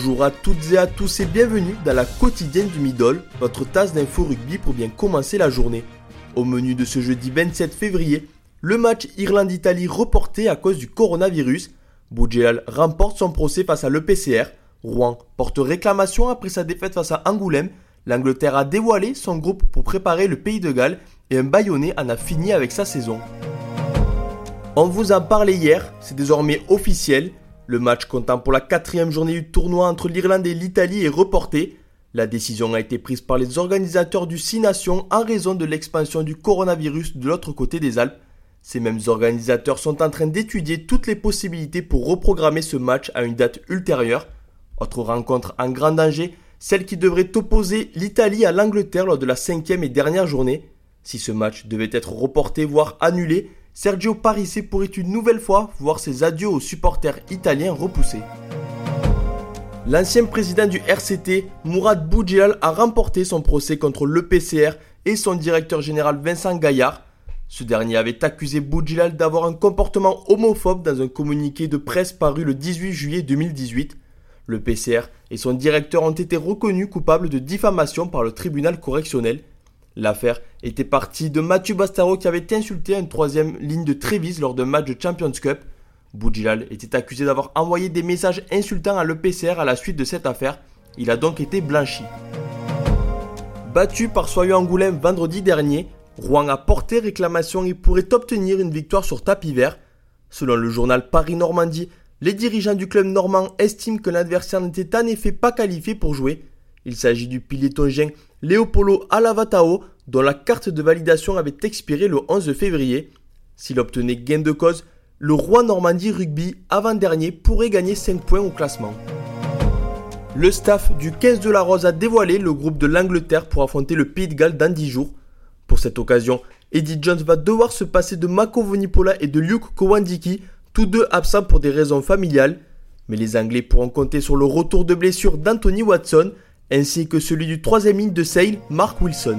Bonjour à toutes et à tous et bienvenue dans la quotidienne du Middle, votre tasse d'info rugby pour bien commencer la journée. Au menu de ce jeudi 27 février, le match Irlande-Italie reporté à cause du coronavirus. Boudjelal remporte son procès face à l'EPCR. Rouen porte réclamation après sa défaite face à Angoulême. L'Angleterre a dévoilé son groupe pour préparer le Pays de Galles et un Bayonnais en a fini avec sa saison. On vous en parlait hier, c'est désormais officiel. Le match comptant pour la 4e journée du tournoi entre l'Irlande et l'Italie est reporté. La décision a été prise par les organisateurs du 6 Nations en raison de l'expansion du coronavirus de l'autre côté des Alpes. Ces mêmes organisateurs sont en train d'étudier toutes les possibilités pour reprogrammer ce match à une date ultérieure. Autre rencontre en grand danger, celle qui devrait opposer l'Italie à l'Angleterre lors de la 5e et dernière journée. Si ce match devait être reporté voire annulé, Sergio Parisse pourrait une nouvelle fois voir ses adieux aux supporters italiens repoussés. L'ancien président du RCT, Mourad Boudjelal, a remporté son procès contre l'EPCR et son directeur général Vincent Gaillard. Ce dernier avait accusé Boudjelal d'avoir un comportement homophobe dans un communiqué de presse paru le 18 juillet 2018. L'EPCR et son directeur ont été reconnus coupables de diffamation par le tribunal correctionnel. L'affaire était partie de Mathieu Bastaro qui avait insulté une 3e ligne de Trévise lors d'un match de Champions Cup. Boudjelal était accusé d'avoir envoyé des messages insultants à l'EPCR à la suite de cette affaire. Il a donc été blanchi. Battu par Soyeux Angoulême vendredi dernier, Rouen a porté réclamation et pourrait obtenir une victoire sur tapis vert. Selon le journal Paris-Normandie, les dirigeants du club normand estiment que l'adversaire n'était en effet pas qualifié pour jouer. Il s'agit du pilier tongien Leopolo Alavatao, dont la carte de validation avait expiré le 11 février. S'il obtenait gain de cause, le Rouen Normandie Rugby, avant-dernier, pourrait gagner 5 points au classement. Le staff du 15 de la Rose a dévoilé le groupe de l'Angleterre pour affronter le Pays de Galles dans 10 jours. Pour cette occasion, Eddie Jones va devoir se passer de Mako Vunipola et de Luke Kowandiki, tous deux absents pour des raisons familiales. Mais les Anglais pourront compter sur le retour de blessure d'Anthony Watson, ainsi que celui du 3e ligne de Sale, Mark Wilson.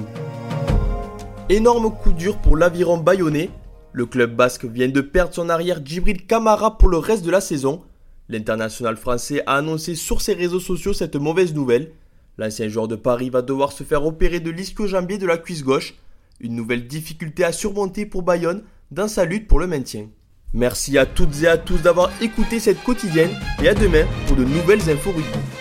Énorme coup dur pour l'aviron bayonnais. Le club basque vient de perdre son arrière Djibril Kamara pour le reste de la saison. L'international français a annoncé sur ses réseaux sociaux cette mauvaise nouvelle. L'ancien joueur de Paris va devoir se faire opérer de l'ischio-jambier de la cuisse gauche. Une nouvelle difficulté à surmonter pour Bayonne dans sa lutte pour le maintien. Merci à toutes et à tous d'avoir écouté cette quotidienne et à demain pour de nouvelles infos rugby.